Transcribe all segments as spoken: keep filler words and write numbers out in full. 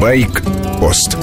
Байк-пост.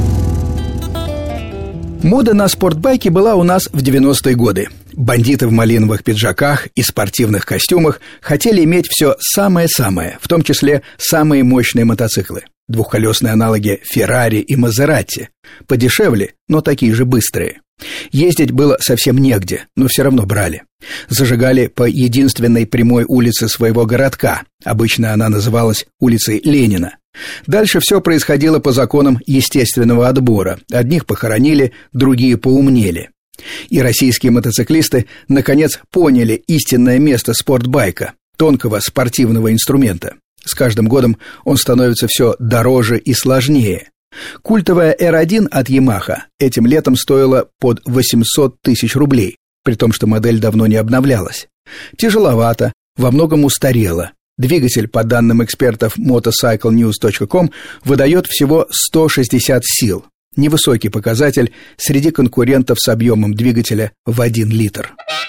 Мода на спортбайки была у нас в девяностые годы. Бандиты в малиновых пиджаках и спортивных костюмах хотели иметь все самое-самое, в том числе самые мощные мотоциклы. Двухколесные аналоги Феррари и Мазератти. Подешевле, но такие же быстрые. Ездить было совсем негде, но все равно брали. Зажигали по единственной прямой улице своего городка. Обычно она называлась улицей Ленина. Дальше все происходило по законам естественного отбора. Одних похоронили, другие поумнели. И российские мотоциклисты наконец поняли истинное место спортбайка, тонкого спортивного инструмента. С каждым годом он становится все дороже и сложнее. Культовая эр один от Yamaha этим летом стоила под восемьсот тысяч рублей, при том, что модель давно не обновлялась. Тяжеловато, во многом устарела. Двигатель, по данным экспертов motorcycle news точка com, выдает всего сто шестьдесят сил. Невысокий показатель среди конкурентов с объемом двигателя в один литр.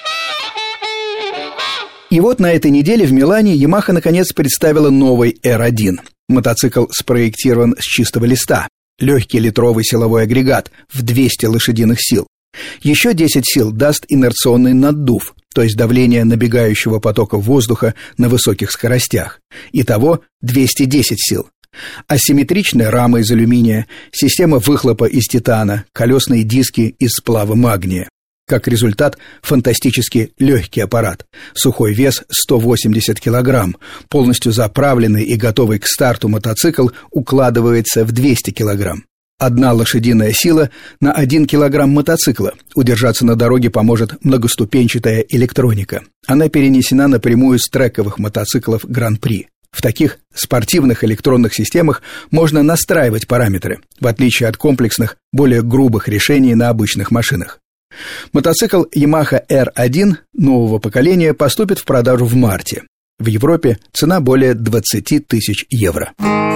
И вот на этой неделе в Милане Yamaha наконец представила новый эр один. Мотоцикл спроектирован с чистого листа. Легкий литровый силовой агрегат в двести лошадиных сил. Еще десять сил даст инерционный наддув, то есть давление набегающего потока воздуха на высоких скоростях. Итого двести десять сил. Асимметричная рама из алюминия, система выхлопа из титана, колесные диски из сплава магния. Как результат, фантастически легкий аппарат. Сухой вес сто восемьдесят килограмм. Полностью заправленный и готовый к старту мотоцикл укладывается в двести килограмм. Одна лошадиная сила на один килограмм мотоцикла. Удержаться на дороге поможет многоступенчатая электроника. Она перенесена напрямую с трековых мотоциклов Гран-при. В таких спортивных электронных системах можно настраивать параметры, в отличие от комплексных, более грубых решений на обычных машинах. Мотоцикл Yamaha эр один нового поколения поступит в продажу в марте. В Европе цена более двадцать тысяч евро.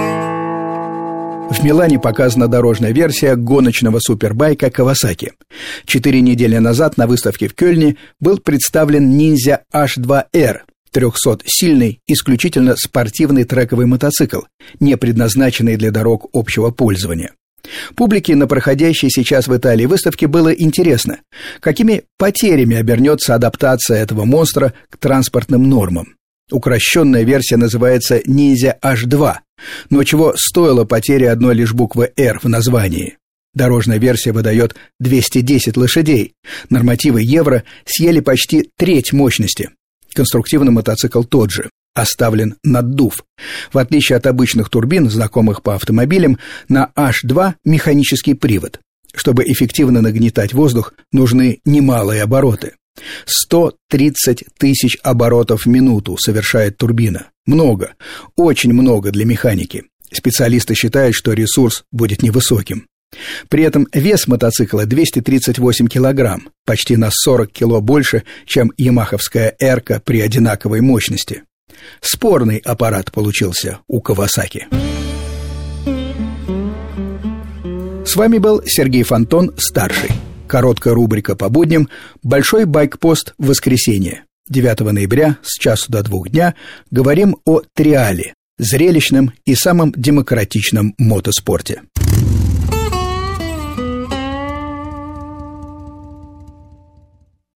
В Милане показана дорожная версия гоночного супербайка Kawasaki. Четыре недели назад на выставке в Кёльне был представлен Ninja эйч два эр, трехсотсильный, исключительно спортивный трековый мотоцикл, не предназначенный для дорог общего пользования. Публике на проходящей сейчас в Италии выставке было интересно, какими потерями обернется адаптация этого монстра к транспортным нормам. Укращенная версия называется Ninja эйч два, но чего стоила потеря одной лишь буквы «Р» в названии? Дорожная версия выдает двести десять лошадей. Нормативы Евро съели почти треть мощности. Конструктивный мотоцикл тот же. Оставлен наддув. В отличие от обычных турбин, знакомых по автомобилям, на эйч два механический привод. Чтобы эффективно нагнетать воздух, нужны немалые обороты. сто тридцать тысяч оборотов в минуту совершает турбина. Много, очень много для механики. Специалисты считают, что ресурс будет невысоким. При этом вес мотоцикла двести тридцать восемь килограмм, почти на сорок кило больше, чем ямаховская «Эрка» при одинаковой мощности. Спорный аппарат получился у Kawasaki. С вами был Сергей Фонтон, старший. Короткая рубрика по будням «Большой байк-пост в воскресенье». девятого ноября с часу до двух дня говорим о триале, зрелищном и самом демократичном мотоспорте.